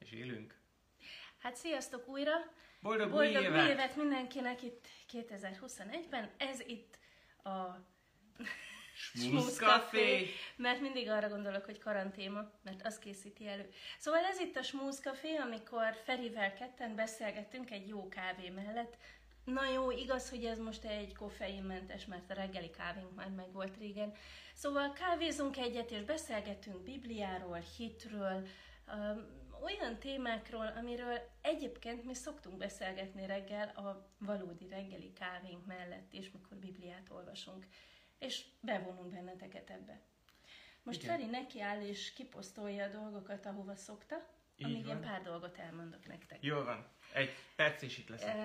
És élünk. Hát sziasztok újra! Boldog új évet! Új évet mindenkinek itt 2021-ben. Ez itt a Smooth Café. Mert mindig arra gondolok, hogy karantéma, mert az készíti elő. Szóval ez itt a Smooth Café, amikor Ferivel ketten beszélgettünk egy jó kávé mellett. Na jó, igaz, hogy ez most egy koffeinmentes, mert a reggeli kávénk már meg volt régen. Szóval kávézunk egyet, és beszélgetünk Bibliáról, hitről, olyan témákról, amiről egyébként mi szoktunk beszélgetni reggel a valódi reggeli kávénk mellett is, mikor Bibliát olvasunk, és bevonunk benneteket ebbe. Most Igen. Feri nekiáll és kiposztolja a dolgokat, ahova szokta, amíg van. én pár dolgot elmondok nektek. Jól van. Egy perc és itt leszek.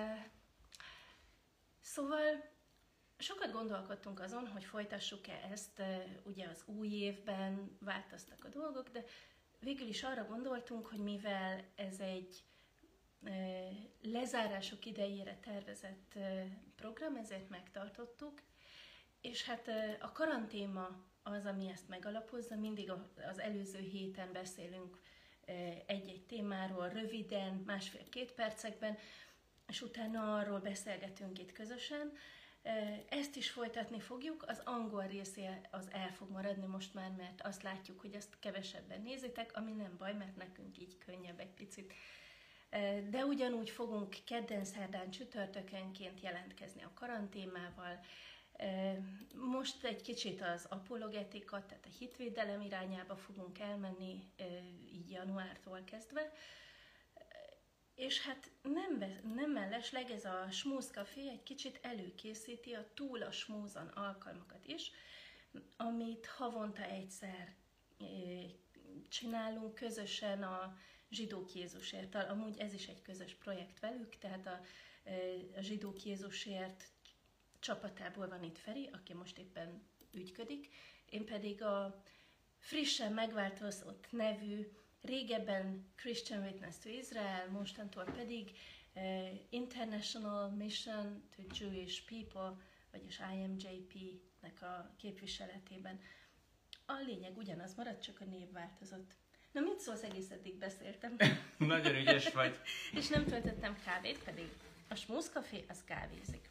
Szóval sokat gondolkodtunk azon, hogy folytassuk-e ezt, ugye az új évben változtak a dolgok, de végül is arra gondoltunk, hogy mivel ez egy lezárások idejére tervezett program, ezért megtartottuk, és hát a karantéma az, ami ezt megalapozza, mindig az előző héten beszélünk egy-egy témáról röviden, 1,5-2 percekben, és utána arról beszélgetünk itt közösen. Ezt is folytatni fogjuk, az angol része az el fog maradni most már, mert azt látjuk, hogy ezt kevesebben nézitek, ami nem baj, mert nekünk így könnyebb egy picit. De ugyanúgy fogunk kedden, szerdán, csütörtökönként jelentkezni a karantémával. Most egy kicsit az apologetika, tehát a hitvédelem irányába fogunk elmenni, így januártól kezdve. És hát nem mellesleg ez a Smooth Café egy kicsit előkészíti a túl a smooth-an alkalmakat is, amit havonta egyszer csinálunk közösen a Zsidók Jézusért. Amúgy ez is egy közös projekt velük, tehát a Zsidók Jézusért csapatából van itt Feri, aki most éppen ügyködik, én pedig a frissen megváltozott nevű, régebben Christian Witness to Israel, mostantól pedig International Mission to Jewish People, vagyis IMJP-nek a képviseletében. A lényeg ugyanaz marad, csak a név változott. Na, mit szólsz, egész eddig beszéltem? Nagyon ügyes vagy. És nem töltöttem kávét, pedig a Smooth Café az kávézik.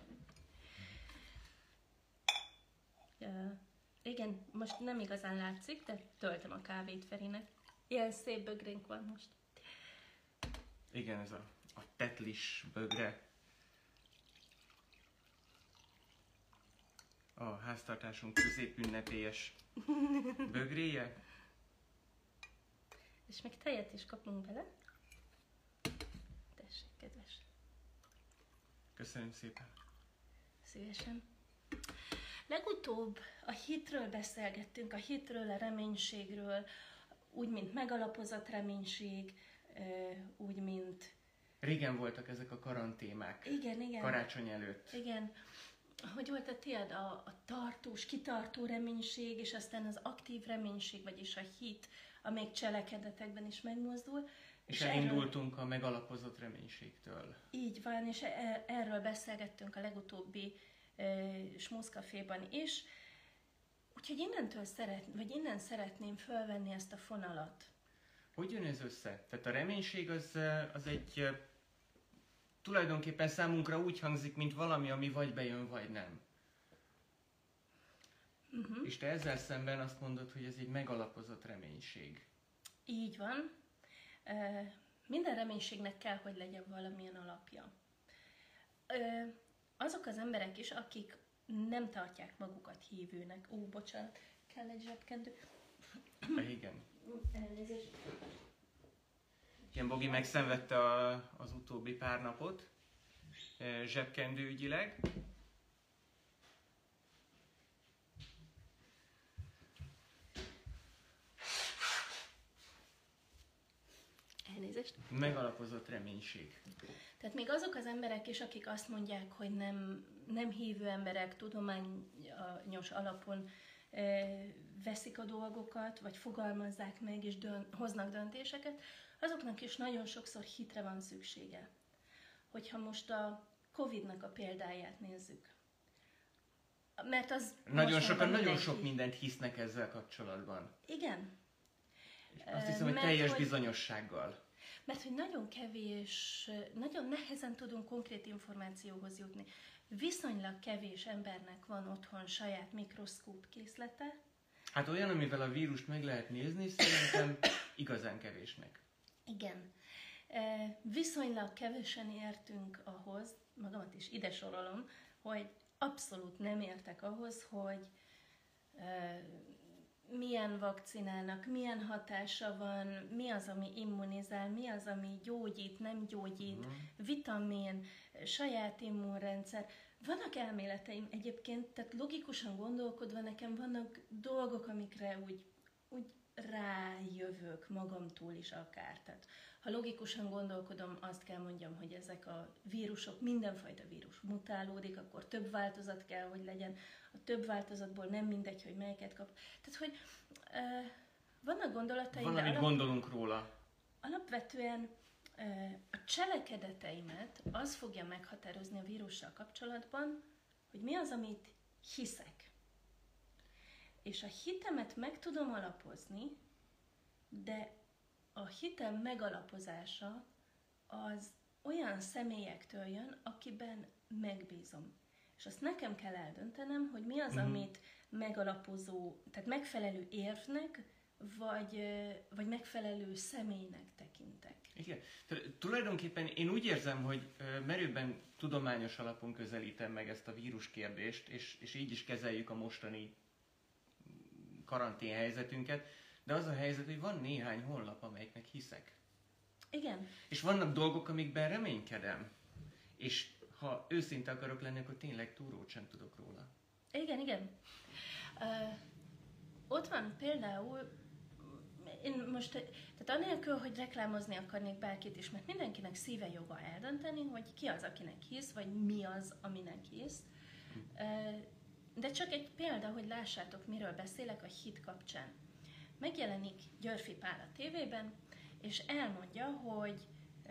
Igen, most nem igazán látszik, de töltöm a kávét Ferinek. Ilyen szép bögrénk van most. Igen, ez a tetlis bögre. A háztartásunk középünnepélyes bögréje. És még tejet is kapunk bele. Tessék, kedves. Köszönöm szépen. Szívesen. Legutóbb a hitről beszélgettünk, a hitről, a reménységről, úgy, mint megalapozott reménység, úgy, mint... Régen voltak ezek a karantémák. Igen. Karácsony előtt. Igen. Hogy volt a tiéd? A tartós, kitartó reménység, és aztán az aktív reménység, vagyis a hit, amelyik cselekedetekben is megmozdul. És elindultunk a megalapozott reménységtől. Így van, és erről beszélgettünk a legutóbbi Smooth Caféban is. Úgyhogy innen szeretném fölvenni ezt a fonalat. Hogy jön ez össze? Tehát a reménység az egy tulajdonképpen számunkra úgy hangzik, mint valami, ami vagy bejön, vagy nem. Uh-huh. És te ezzel szemben azt mondod, hogy ez egy megalapozott reménység. Így van. Minden reménységnek kell, hogy legyen valamilyen alapja. Azok az emberek is, akik nem tartják magukat hívőnek. Bocsánat, kell egy zsebkendő. Igen. Elnézést. Igen, Bogi megszenvedte az utóbbi pár napot zsebkendőügyileg. Elnézést. Megalapozott reménység. Tehát még azok az emberek is, akik azt mondják, hogy nem hívő emberek, tudományos alapon veszik a dolgokat, vagy fogalmazzák meg, és hoznak döntéseket, azoknak is nagyon sokszor hitre van szüksége. Hogyha most a Covid-nak a példáját nézzük. Mert az nagyon sok mindent hisznek ezzel kapcsolatban. Igen. És azt hiszem, hogy teljes bizonyossággal. Mert hogy nagyon kevés, nagyon nehezen tudunk konkrét információhoz jutni. Viszonylag kevés embernek van otthon saját mikroszkóp készlete. Hát olyan, amivel a vírust meg lehet nézni, szerintem igazán kevésnek. Igen. Viszonylag kevesen értünk ahhoz, magamat is ide sorolom, hogy abszolút nem értek ahhoz, hogy milyen vakcinának, milyen hatása van, mi az, ami immunizál, mi az, ami gyógyít, nem gyógyít, vitamin, saját immunrendszer. Vannak elméleteim egyébként, tehát logikusan gondolkodva nekem vannak dolgok, amikre úgy rájövök magamtól is akár. Tehát, ha logikusan gondolkodom, azt kell mondjam, hogy ezek a vírusok, mindenfajta vírus mutálódik, akkor több változat kell, hogy legyen. A több változatból nem mindegy, hogy melyiket kap. Tehát, hogy vannak gondolataim, van, amit gondolunk róla. Alapvetően a cselekedeteimet az fogja meghatározni a vírussal kapcsolatban, hogy mi az, amit hiszek. És a hitemet meg tudom alapozni, de a hitem megalapozása az olyan személyektől jön, akiben megbízom. És azt nekem kell eldöntenem, hogy mi az, amit megalapozó, tehát megfelelő érvnek, vagy megfelelő személynek tekintek. Igen. Tulajdonképpen én úgy érzem, hogy merőben tudományos alapon közelítem meg ezt a vírus kérdést, és így is kezeljük a mostani karantén helyzetünket, de az a helyzet, hogy van néhány honlap, amelyiknek hiszek. Igen. És vannak dolgok, amikben reménykedem. És ha őszinte akarok lenni, akkor tényleg túrót sem tudok róla. Igen. Ott van például, én most, tehát anélkül, hogy reklámozni akarnék bárkit is, mert mindenkinek szíve joga eldönteni, hogy ki az, akinek hisz, vagy mi az, aminek hisz. De csak egy példa, hogy lássátok, miről beszélek a hit kapcsán. Megjelenik Györfi Pál a tévében, és elmondja, hogy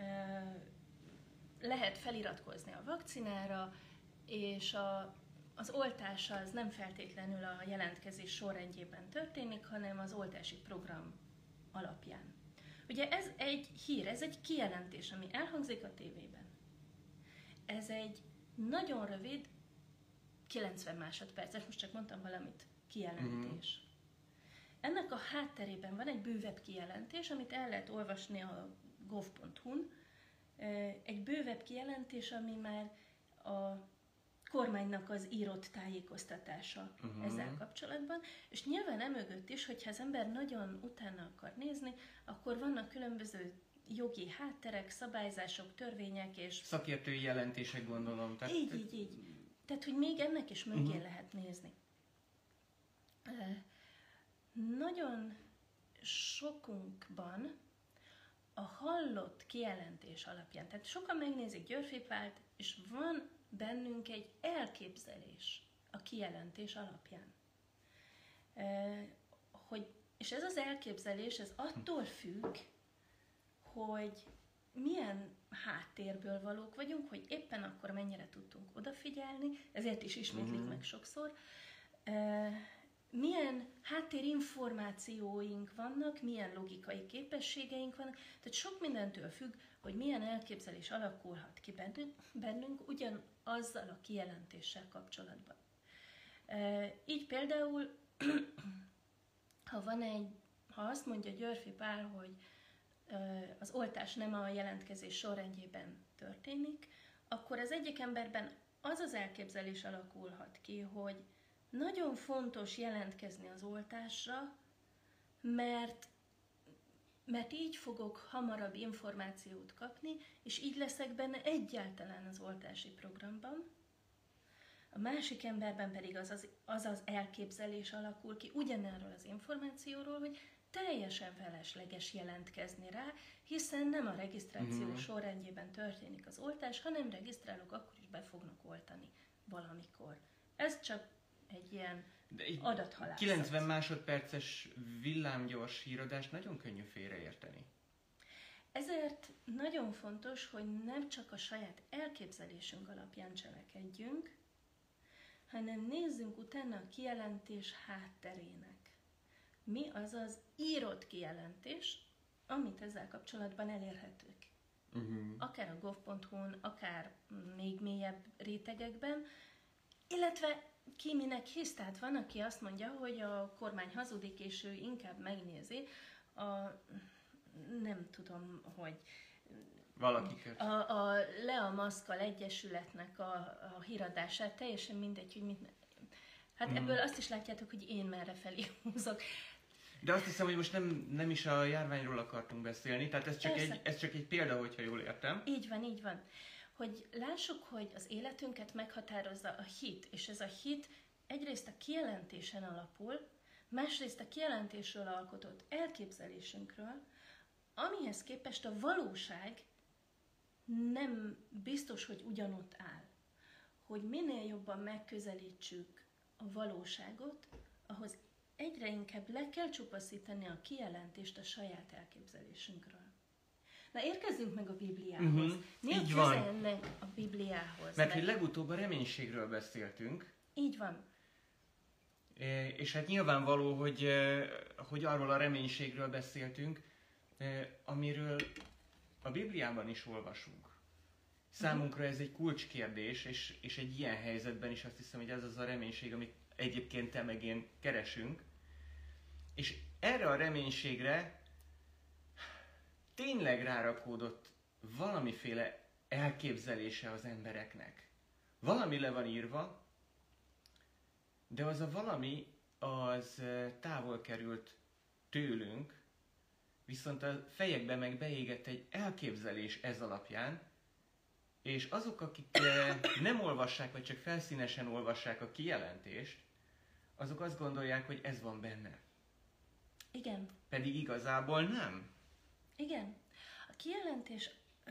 lehet feliratkozni a vakcinára, és az oltás az nem feltétlenül a jelentkezés sorrendjében történik, hanem az oltási program alapján. Ugye ez egy hír, ez egy kijelentés, ami elhangzik a tévében. Ez egy nagyon rövid, 90 másodperces, most csak mondtam valamit, kijelentés. Ennek a hátterében van egy bővebb kijelentés, amit el lehet olvasni a gov.hu-n. Egy bővebb kijelentés, ami már a kormánynak az írott tájékoztatása ezzel kapcsolatban, és nyilván emögött is, hogyha az ember nagyon utána akar nézni, akkor vannak különböző jogi hátterek, szabályzások, törvények és... Szakértői jelentések, gondolom. Tehát... Így. Tehát, hogy még ennek is mögé lehet nézni. Nagyon sokunkban a hallott kijelentés alapján, tehát sokan megnézik Györfi Pált, és van bennünk egy elképzelés a kijelentés alapján. És ez az elképzelés, ez attól függ, hogy milyen háttérből valók vagyunk, hogy éppen akkor mennyire tudtunk odafigyelni, ezért is ismétlik meg sokszor, milyen háttérinformációink vannak, milyen logikai képességeink vannak, tehát sok mindentől függ, hogy milyen elképzelés alakulhat ki bennünk ugyanazzal a kijelentéssel kapcsolatban. Így például, ha azt mondja Györfi Pál, hogy az oltás nem a jelentkezés sorrendjében történik, akkor az egyik emberben az az elképzelés alakulhat ki, hogy nagyon fontos jelentkezni az oltásra, mert így fogok hamarabb információt kapni, és így leszek benne egyáltalán az oltási programban. A másik emberben pedig az elképzelés alakul ki ugyanerről az információról, hogy teljesen felesleges jelentkezni rá, hiszen nem a regisztráció sorrendjében történik az oltás, hanem regisztrálok, akkor is be fognak oltani valamikor. Ez csak egy ilyen adathalászat. 90 másodperces villámgyors híradást nagyon könnyű félreérteni. Ezért nagyon fontos, hogy nem csak a saját elképzelésünk alapján cselekedjünk, hanem nézzünk utána a kijelentés hátterének. Mi az az írott kijelentés, amit ezzel kapcsolatban elérhetők. Akár a gov.hu-n, akár még mélyebb rétegekben, illetve ki minek hisz. Tehát van, aki azt mondja, hogy a kormány hazudik, és ő inkább megnézi nem tudom, hogy valakiket. A Lea Maszkal Egyesületnek a híradását, teljesen mindegy, hogy mit... Hát ebből azt is látjátok, hogy én merre felé húzok. De azt hiszem, hogy most nem is a járványról akartunk beszélni, tehát ez csak egy példa, hogyha jól értem. Így van, így van. Hogy lássuk, hogy az életünket meghatározza a hit, és ez a hit egyrészt a kijelentésen alapul, másrészt a kijelentésről alkotott elképzelésünkről, amihez képest a valóság nem biztos, hogy ugyanott áll. Hogy minél jobban megközelítsük a valóságot, ahhoz egyre inkább le kell csupaszítani a kijelentést a saját elképzelésünkről. Na, érkezzünk meg a Bibliához. Mi a köze ennek a Bibliához? Mert hogy legutóbb a reménységről beszéltünk. Így van. És hát nyilvánvaló, hogy arról a reménységről beszéltünk, amiről a Bibliában is olvasunk. Számunkra ez egy kulcskérdés, és egy ilyen helyzetben is azt hiszem, hogy ez az a reménység, amit egyébként te meg én keresünk. És erre a reménységre tényleg rárakódott valamiféle elképzelése az embereknek. Valami le van írva, de az a valami az távol került tőlünk, viszont a fejekbe meg beégett egy elképzelés ez alapján, és azok, akik nem olvassák, vagy csak felszínesen olvassák a kijelentést, azok azt gondolják, hogy ez van benne. Igen. Pedig igazából nem. Igen. A kijelentés,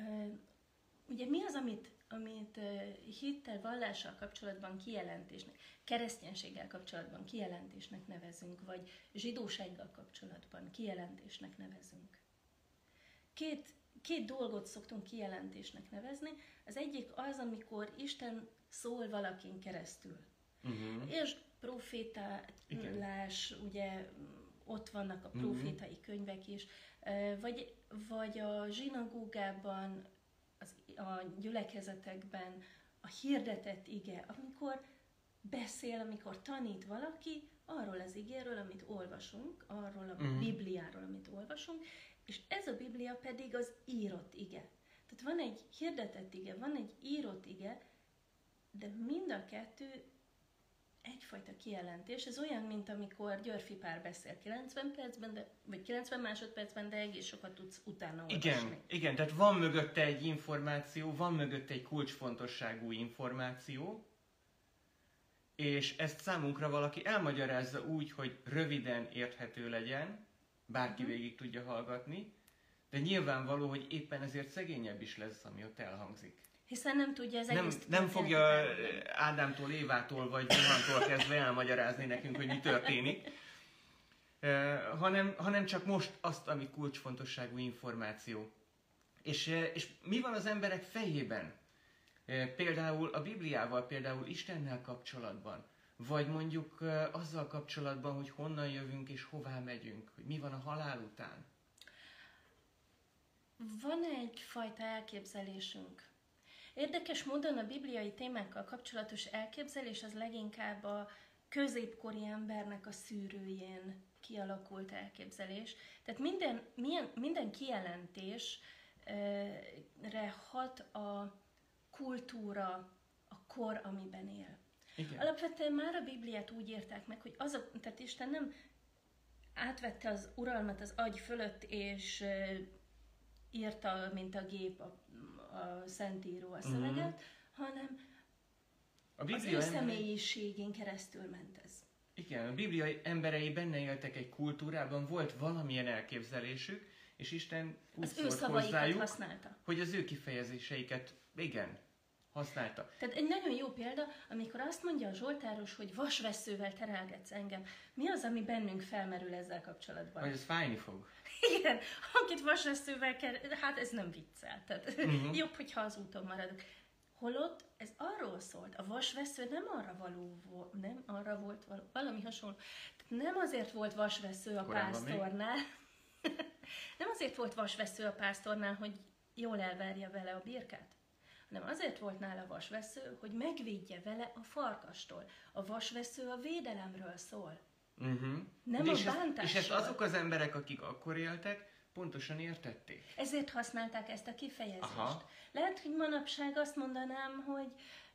ugye mi az, amit hittel, vallással kapcsolatban kijelentésnek, kereszténységgel kapcsolatban kijelentésnek nevezünk, vagy zsidósággal kapcsolatban kijelentésnek nevezünk. Két dolgot szoktunk kijelentésnek nevezni. Az egyik az, amikor Isten szól valakin keresztül. És profétálás, ugye ott vannak a profétai könyvek is, vagy a zsinagógában, a gyülekezetekben a hirdetett ige, amikor beszél, amikor tanít valaki arról az igéről, amit olvasunk, arról a Bibliáról, amit olvasunk, és ez a Biblia pedig az írott ige. Tehát van egy hirdetett ige, van egy írott ige, de mind a kettő egyfajta kijelentés. Ez olyan, mint amikor Györfi Pál beszél 90 percben, vagy 90 másodpercben, de egész sokat tudsz utána olvasni. Igen, tehát van mögötte egy információ, van mögötte egy kulcsfontosságú információ, és ezt számunkra valaki elmagyarázza úgy, hogy röviden érthető legyen, bárki végig tudja hallgatni, de nyilvánvaló, hogy éppen ezért szegényebb is lesz, ami ott elhangzik. Hiszen nem tudja az egész... Nem fogja Ádámtól, Évától vagy Johantól kezdve elmagyarázni nekünk, hogy mi történik, hanem csak most azt, ami kulcsfontosságú információ. És mi van az emberek fejében? Például a Bibliával, például Istennel kapcsolatban, vagy mondjuk azzal kapcsolatban, hogy honnan jövünk és hová megyünk, hogy mi van a halál után. Van egyfajta elképzelésünk. Érdekes módon a bibliai témákkal kapcsolatos elképzelés az leginkább a középkori embernek a szűrőjén kialakult elképzelés. Tehát minden kijelentésre hat a kultúra, a kor, amiben él. Igen. Alapvetően már a Bibliát úgy írták meg, hogy tehát Isten nem átvette az uralmat az agy fölött, és írta, mint a gép a Szentíró a szöveget, hanem az ő személyiségén keresztül ment ez. Igen, a Biblia emberei benne éltek egy kultúrában, volt valamilyen elképzelésük, és Isten úgy szólt hozzájuk, használta. Hogy az ő kifejezéseiket, igen, használta. Tehát egy nagyon jó példa, amikor azt mondja a Zsoltáros, hogy vasvesszővel terelgetsz engem. Mi az, ami bennünk felmerül ezzel kapcsolatban? Hogy ez fájni fog. Igen, akit vasvesszővel kell, hát ez nem viccel. Tehát jobb, hogyha az úton maradok. Holott ez arról szólt, a vasvessző nem arra volt valami hasonló. Tehát nem azért volt vasvessző a pásztornál, Nem azért volt vasvesző a pásztornál, hogy jól elverje vele a birkát, hanem azért volt nála vasvesző, hogy megvédje vele a farkastól. A vasvesző a védelemről szól. Nem a bántásról. És ezt azok az emberek, akik akkor éltek, pontosan értették. Ezért használták ezt a kifejezést. Aha. Lehet, hogy manapság azt mondanám, hogy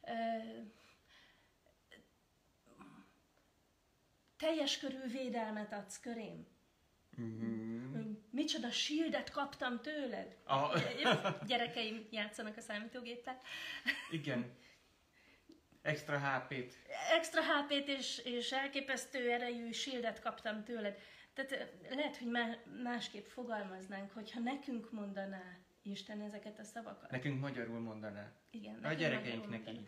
teljes körű védelmet adsz körém. Micsoda shieldet kaptam tőled. Gyerekeim játszanak a számítógéppel. Igen. Extra HP-t. Extra HP-t és elképesztő erejű shieldet kaptam tőled. Tehát lehet, hogy másképp fogalmaznánk, hogyha nekünk mondaná Isten ezeket a szavakat. Nekünk magyarul mondaná. Igen. A gyerekeinknek így.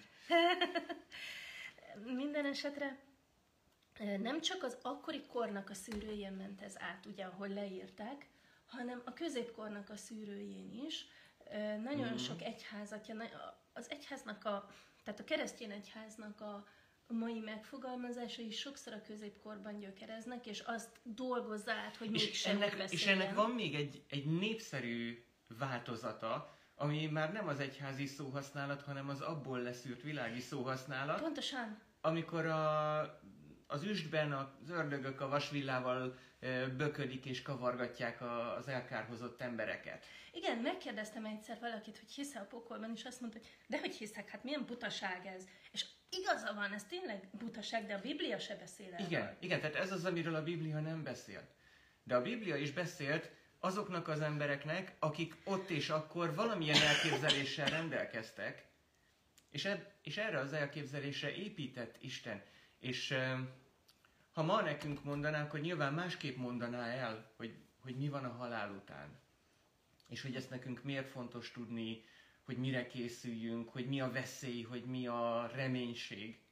Minden esetre nem csak az akkori kornak a szűrőjén ment ez át, ugye, ahol leírták, hanem a középkornak a szűrőjén is. Nagyon sok egyházatja, az egyháznak tehát a keresztény egyháznak a mai megfogalmazása is sokszor a középkorban gyökereznek, és azt dolgozza át, hogy mégsem beszéljen. És ennek van még egy népszerű változata, ami már nem az egyházi szóhasználat, hanem az abból leszűrt világi szóhasználat. Pontosan. Amikor az üstben az ördögök a vasvillával böködik és kavargatják az elkárhozott embereket. Igen, megkérdeztem egyszer valakit, hogy hisz a pokolban, és azt mondta, hogy dehogy hiszek, hát milyen butaság ez. És igaza van, ez tényleg butaság, de a Biblia se beszél erről. Igen, tehát ez az, amiről a Biblia nem beszélt. De a Biblia is beszélt azoknak az embereknek, akik ott és akkor valamilyen elképzeléssel rendelkeztek, és erre az elképzelésre épített Isten. És ha ma nekünk mondanák, hogy nyilván másképp mondaná el, hogy mi van a halál után. És hogy ezt nekünk miért fontos tudni, hogy mire készüljünk, hogy mi a veszély, hogy mi a reménység.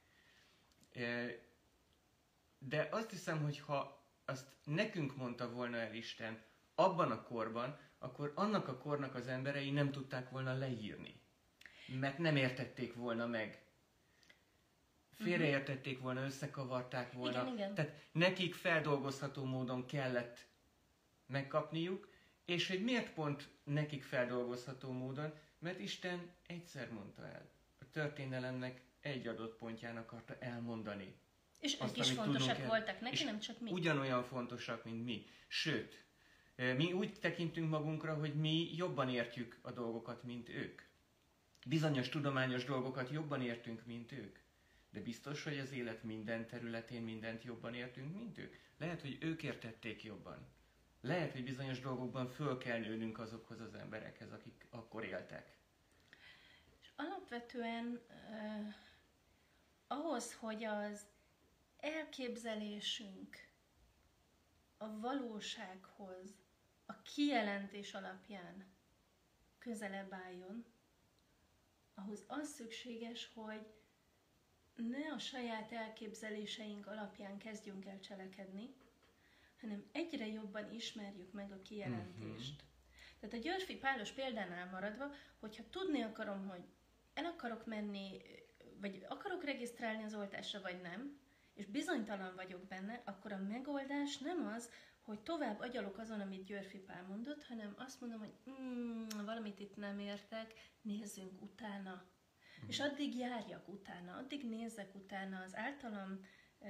De azt hiszem, hogy ha azt nekünk mondta volna el Isten abban a korban, akkor annak a kornak az emberei nem tudták volna leírni. Mert nem értették volna meg. Félreértették volna, összekavarták volna. Igen. Tehát nekik feldolgozható módon kellett megkapniuk, és hogy miért pont nekik feldolgozható módon? Mert Isten egyszer mondta el. A történelemnek egy adott pontján akarta elmondani. És ők is fontosak voltak neki, nem csak mi. Ugyanolyan fontosak, mint mi. Sőt, mi úgy tekintünk magunkra, hogy mi jobban értjük a dolgokat, mint ők. Bizonyos tudományos dolgokat jobban értünk, mint ők. De biztos, hogy az élet minden területén mindent jobban értünk, mint ők. Lehet, hogy ők értették jobban. Lehet, hogy bizonyos dolgokban föl kell nőnünk azokhoz az emberekhez, akik akkor éltek. És alapvetően ahhoz, hogy az elképzelésünk a valósághoz a kijelentés alapján közelebb álljon, ahhoz az szükséges, hogy ne a saját elképzeléseink alapján kezdjünk el cselekedni, hanem egyre jobban ismerjük meg a kijelentést. Tehát a Györfi Pálos példánál maradva, hogyha tudni akarom, hogy el akarok menni, vagy akarok regisztrálni az oltásra, vagy nem, és bizonytalan vagyok benne, akkor a megoldás nem az, hogy tovább agyalok azon, amit Györfi Pál mondott, hanem azt mondom, hogy valamit itt nem értek, nézzünk utána. És addig járjak utána, addig nézzek utána az általam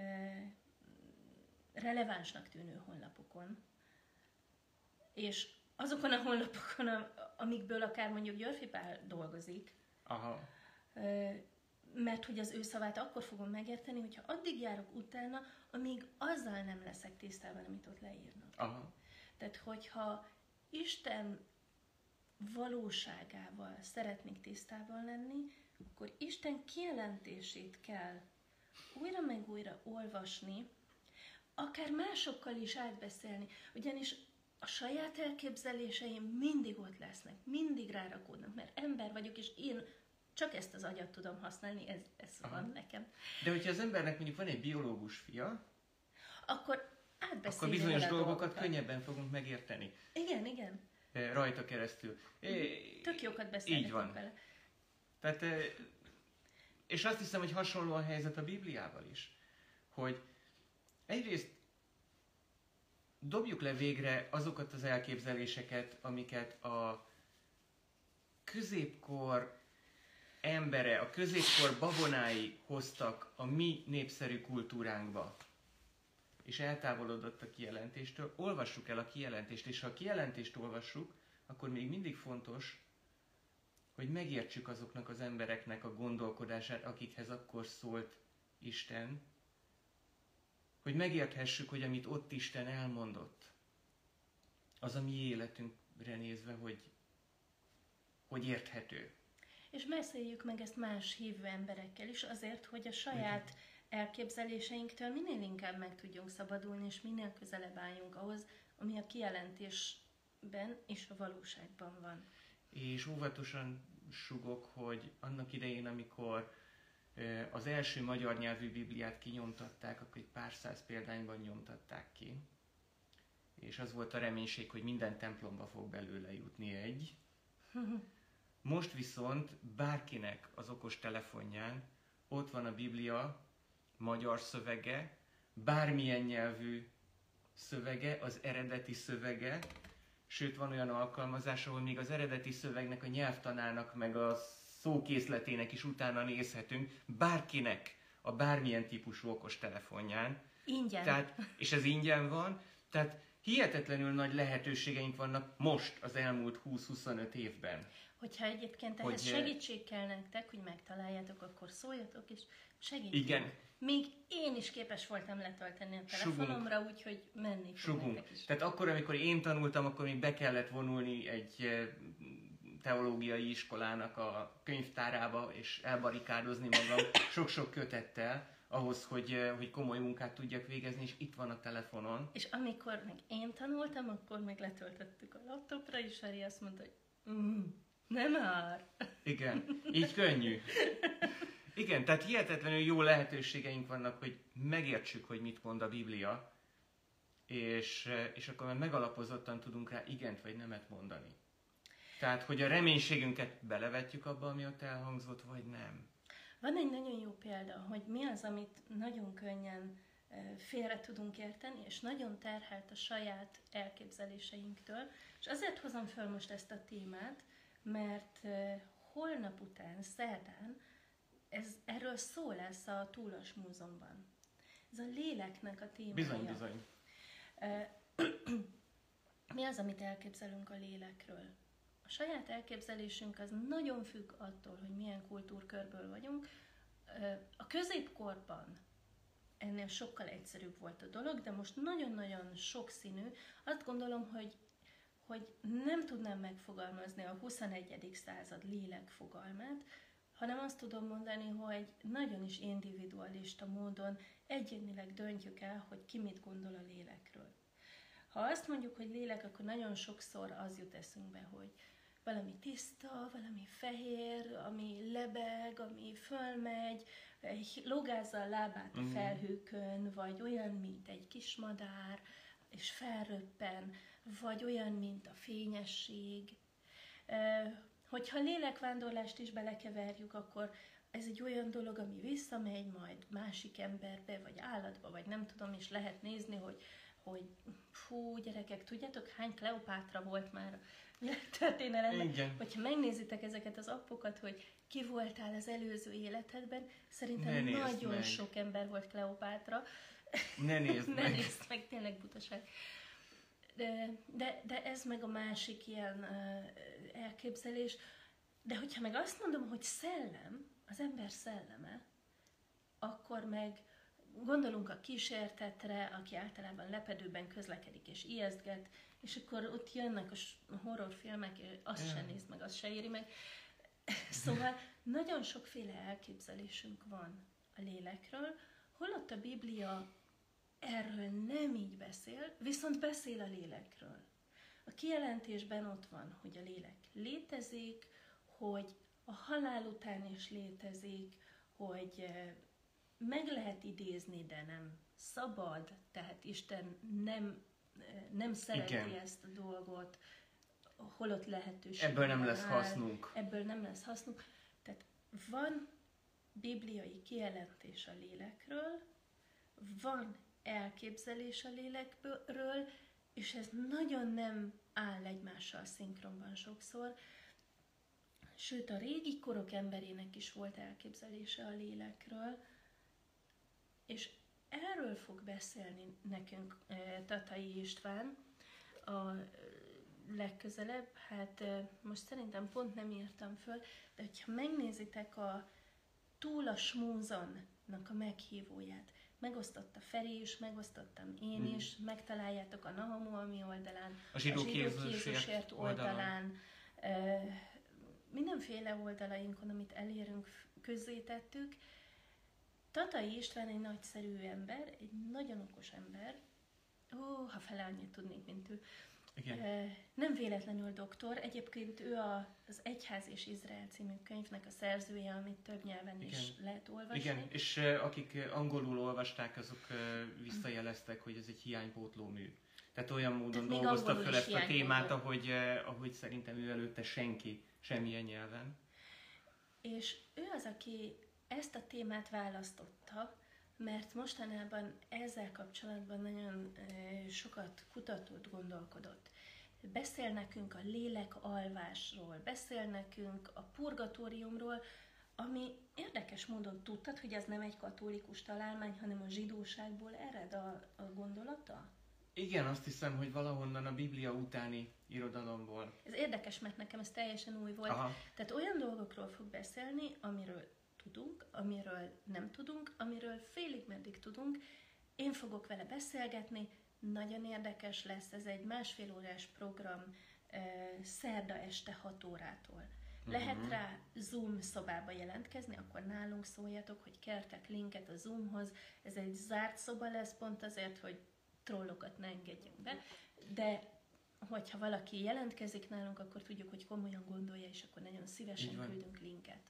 relevánsnak tűnő honlapokon, és azokon a honlapokon, amikből akár mondjuk Györfi Pál dolgozik, Aha. Mert hogy az ő szavát akkor fogom megérteni, hogyha addig járok utána, amíg azzal nem leszek tisztában, amit ott leírnak. Aha. Tehát, hogyha Isten valóságával szeretnék tisztában lenni, akkor Isten kijelentését kell újra meg újra olvasni, akár másokkal is átbeszélni, ugyanis a saját elképzeléseim mindig ott lesznek, mindig rárakódnak, mert ember vagyok, és én csak ezt az agyat tudom használni, ez van nekem. De hogyha az embernek mondjuk van egy biológus fia, akkor átbeszélni akkor bizonyos dolgokat könnyebben fogunk megérteni. Igen. Rajta keresztül. Tök jókat beszélgetünk vele. Tehát, és azt hiszem, hogy hasonló a helyzet a Bibliával is. Hogy egyrészt dobjuk le végre azokat az elképzeléseket, amiket a középkor embere, a középkor babonái hoztak a mi népszerű kultúránkba, és eltávolodott a kijelentéstől. Olvassuk el a kijelentést, és ha a kijelentést olvassuk, akkor még mindig fontos, hogy megértsük azoknak az embereknek a gondolkodását, akikhez akkor szólt Isten, hogy megérthessük, hogy amit ott Isten elmondott, az a mi életünkre nézve, hogy érthető. És beszéljük meg ezt más hívő emberekkel is, azért, hogy a saját elképzeléseinktől minél inkább meg tudjunk szabadulni, és minél közelebb álljunk ahhoz, ami a kijelentésben és a valóságban van. És óvatosan sugok, hogy annak idején, amikor az első magyar nyelvű Bibliát kinyomtatták, akkor egy pár száz példányban nyomtatták ki. És az volt a reménység, hogy minden templomba fog belőle jutni egy. Most viszont bárkinek az okos telefonján ott van a Biblia magyar szövege, bármilyen nyelvű szövege, az eredeti szövege, sőt van olyan alkalmazás, ahol még az eredeti szövegnek, a nyelvtanának, meg a szókészletének is utána nézhetünk, bárkinek a bármilyen típusú okos telefonján. Ingyen. És ez ingyen van, tehát hihetetlenül nagy lehetőségeink vannak most, az elmúlt 20-25 évben. Hogyha egyébként ehhez segítség kell nektek, hogy megtaláljátok, akkor szóljatok, és segítünk. Igen. Még én is képes voltam letölteni a telefonomra, úgyhogy menni fog nektek is. Tehát akkor, amikor én tanultam, akkor még be kellett vonulni egy teológiai iskolának a könyvtárába, és elbarikádozni magam sok-sok kötettel, ahhoz, hogy komoly munkát tudjak végezni, és itt van a telefonon. És amikor meg én tanultam, akkor meg letöltöttük a laptopra, és Ari azt mondta, hogy nem már. Igen, így könnyű. Igen, tehát hihetetlenül jó lehetőségeink vannak, hogy megértsük, hogy mit mond a Biblia, és akkor már megalapozottan tudunk rá igent vagy nemet mondani. Tehát, hogy a reménységünket belevetjük abba, ami ott elhangzott, vagy nem. Van egy nagyon jó példa, hogy mi az, amit nagyon könnyen félre tudunk érteni, és nagyon terhelt a saját elképzeléseinktől. És azért hozom föl most ezt a témát, mert holnap után, szerdán, erről szó lesz a Túlos Múzeumban. Ez a léleknek a témája. Bizony, bizony. Mi az, amit elképzelünk a lélekről? A saját elképzelésünk az nagyon függ attól, hogy milyen kultúrkörből vagyunk. A középkorban ennél sokkal egyszerűbb volt a dolog, de most nagyon-nagyon sokszínű. Azt gondolom, hogy nem tudnám megfogalmazni a 21. század lélek fogalmát, hanem azt tudom mondani, hogy nagyon is individualista módon egyénileg döntjük el, hogy ki mit gondol a lélekről. Ha azt mondjuk, hogy lélek, akkor nagyon sokszor az jut eszünkbe, hogy valami tiszta, valami fehér, ami lebeg, ami fölmegy, logázza a lábát a felhőkön, vagy olyan, mint egy kismadár, és felröppen, vagy olyan, mint a fényesség. Hogyha lélekvándorlást is belekeverjük, akkor ez egy olyan dolog, ami visszamegy majd másik emberbe, vagy állatba, vagy nem tudom, és lehet nézni, hogy fú, gyerekek, tudjátok, hány Kleopátra volt már a világtörténelemben? Igen. Hogyha megnézitek ezeket az appokat, hogy ki voltál az előző életedben, szerintem nagyon sok ember volt Kleopátra. Ne nézd meg! Ne nézd meg, tényleg butaság. De ez meg a másik ilyen elképzelés. De hogyha meg azt mondom, hogy szellem, az ember szelleme, akkor meg gondolunk a kísértetre, aki általában lepedőben közlekedik és ijesztget, és akkor ott jönnek a horrorfilmek, és azt se nézd meg, azt se éri meg. Szóval nagyon sokféle elképzelésünk van a lélekről, holott a Biblia erről nem így beszél, viszont beszél a lélekről. A kijelentésben ott van, hogy a lélek létezik, hogy a halál után is létezik, hogy meg lehet idézni, de nem szabad, tehát Isten nem szereti ezt a dolgot, holott lehetőség. Ebből nem lesz hasznunk. Ebből nem lesz hasznunk. Tehát van bibliai kijelentés a lélekről, van elképzelés a lélekről, és ez nagyon nem áll egymással szinkronban sokszor, sőt a régi korok emberének is volt elképzelése a lélekről, és erről fog beszélni nekünk Tatai István a legközelebb. Hát most szerintem pont nem írtam föl, de hogyha megnézitek Túl a smúzonnak a meghívóját, megosztotta Feri is, megosztottam én is, megtaláljátok a Nahamu oldalán, a Zsidók Jézusért oldalán, mindenféle oldalainkon, amit elérünk, közzétettük. Tatai István egy nagyszerű ember, egy nagyon okos ember. Ha fele annyit tudnék, mint ő. Igen. Nem véletlenül doktor, egyébként ő az Egyház és Izrael című könyvnek a szerzője, amit több nyelven is lehet olvasni. Igen, és akik angolul olvasták, azok visszajeleztek, hogy ez egy hiánypótló mű. Tehát olyan módon dolgozta föl ezt a témát, ahogy szerintem ő előtte senki, semmilyen nyelven. És ő az, aki ezt a témát választotta, mert mostanában ezzel kapcsolatban nagyon sokat kutatott, gondolkodott. Beszél nekünk a lélek alvásról, beszél nekünk a purgatóriumról, ami érdekes módon tudtad, hogy ez nem egy katolikus találmány, hanem a zsidóságból ered a gondolata? Igen, azt hiszem, hogy valahonnan a Biblia utáni irodalomból. Ez érdekes, mert nekem ez teljesen új volt. Aha. Tehát olyan dolgokról fog beszélni, amiről tudunk, amiről nem tudunk, amiről félig meddig tudunk. Én fogok vele beszélgetni, nagyon érdekes lesz, ez egy 1,5 órás program, szerda este 6 órától. Lehet rá Zoom szobába jelentkezni, akkor nálunk szóljatok, hogy kértek linket a Zoomhoz. Ez egy zárt szoba lesz, pont azért, hogy trollokat ne engedjünk be, de hogyha valaki jelentkezik nálunk, akkor tudjuk, hogy komolyan gondolja, és akkor nagyon szívesen küldünk linket.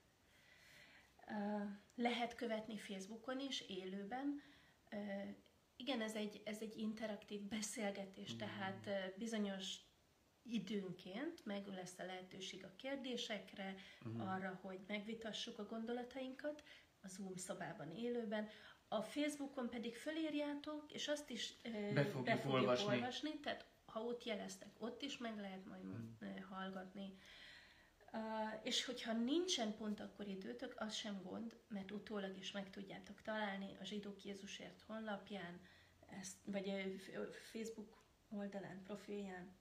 Lehet követni Facebookon is, élőben. Igen, ez egy interaktív beszélgetés, tehát bizonyos időnként meg lesz a lehetőség a kérdésekre, arra, hogy megvitassuk a gondolatainkat a Zoom szobában élőben. A Facebookon pedig fölírjátok, és azt is be fogjuk olvasni, tehát ha ott jeleztek, ott is meg lehet majd hallgatni. És hogyha nincsen pont akkor időtök, az sem gond, mert utólag is meg tudjátok találni a Zsidók Jézusért honlapján, vagy Facebook oldalán, profilján.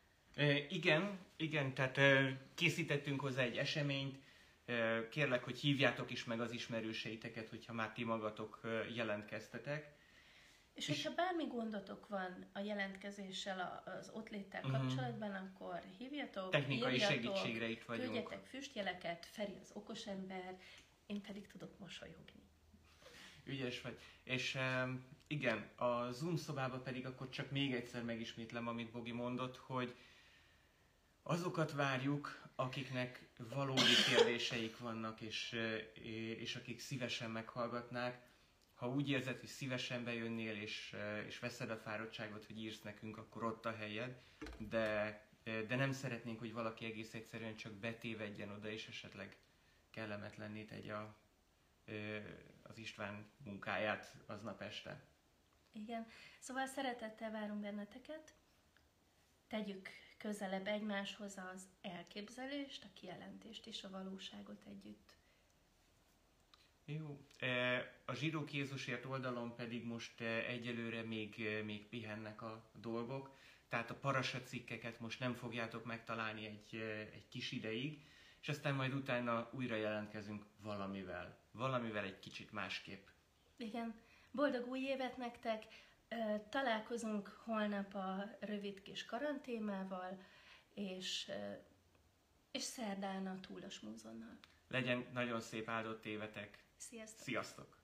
Igen, tehát készítettünk hozzá egy eseményt, kérlek, hogy hívjátok is meg az ismerőseiteket, hogyha már ti magatok jelentkeztetek. És hogyha bármi gondotok van a jelentkezéssel, az ott léttel kapcsolatban, akkor hívjatok, technikai segítségre itt vagyunk. Küldjetek füstjeleket, Feri az okos ember, én pedig tudok mosolyogni. Ügyes vagy. És igen, a Zoom szobába pedig akkor csak még egyszer megismétlem, amit Bogi mondott, hogy azokat várjuk, akiknek valódi kérdéseik vannak, és akik szívesen meghallgatnák. Ha úgy érzed, hogy szívesen bejönnél, és veszed a fáradtságot, hogy írsz nekünk, akkor ott a helyed, de nem szeretnénk, hogy valaki egész egyszerűen csak betévedjen oda, és esetleg kellemetlenné tegye az István munkáját aznap este. Igen, szóval szeretettel várunk benneteket, tegyük közelebb egymáshoz az elképzelést, a kijelentést és a valóságot együtt. Jó. A Zsidók Jézusért oldalon pedig most egyelőre még pihennek a dolgok, tehát a parasa cikkeket most nem fogjátok megtalálni egy kis ideig, és aztán majd utána újra jelentkezünk valamivel egy kicsit másképp. Igen, boldog új évet nektek, találkozunk holnap a rövid kis karanténával, és szerdán a Túl a smúzonnal. Legyen nagyon szép áldott évetek! Sziasztok! Sziasztok!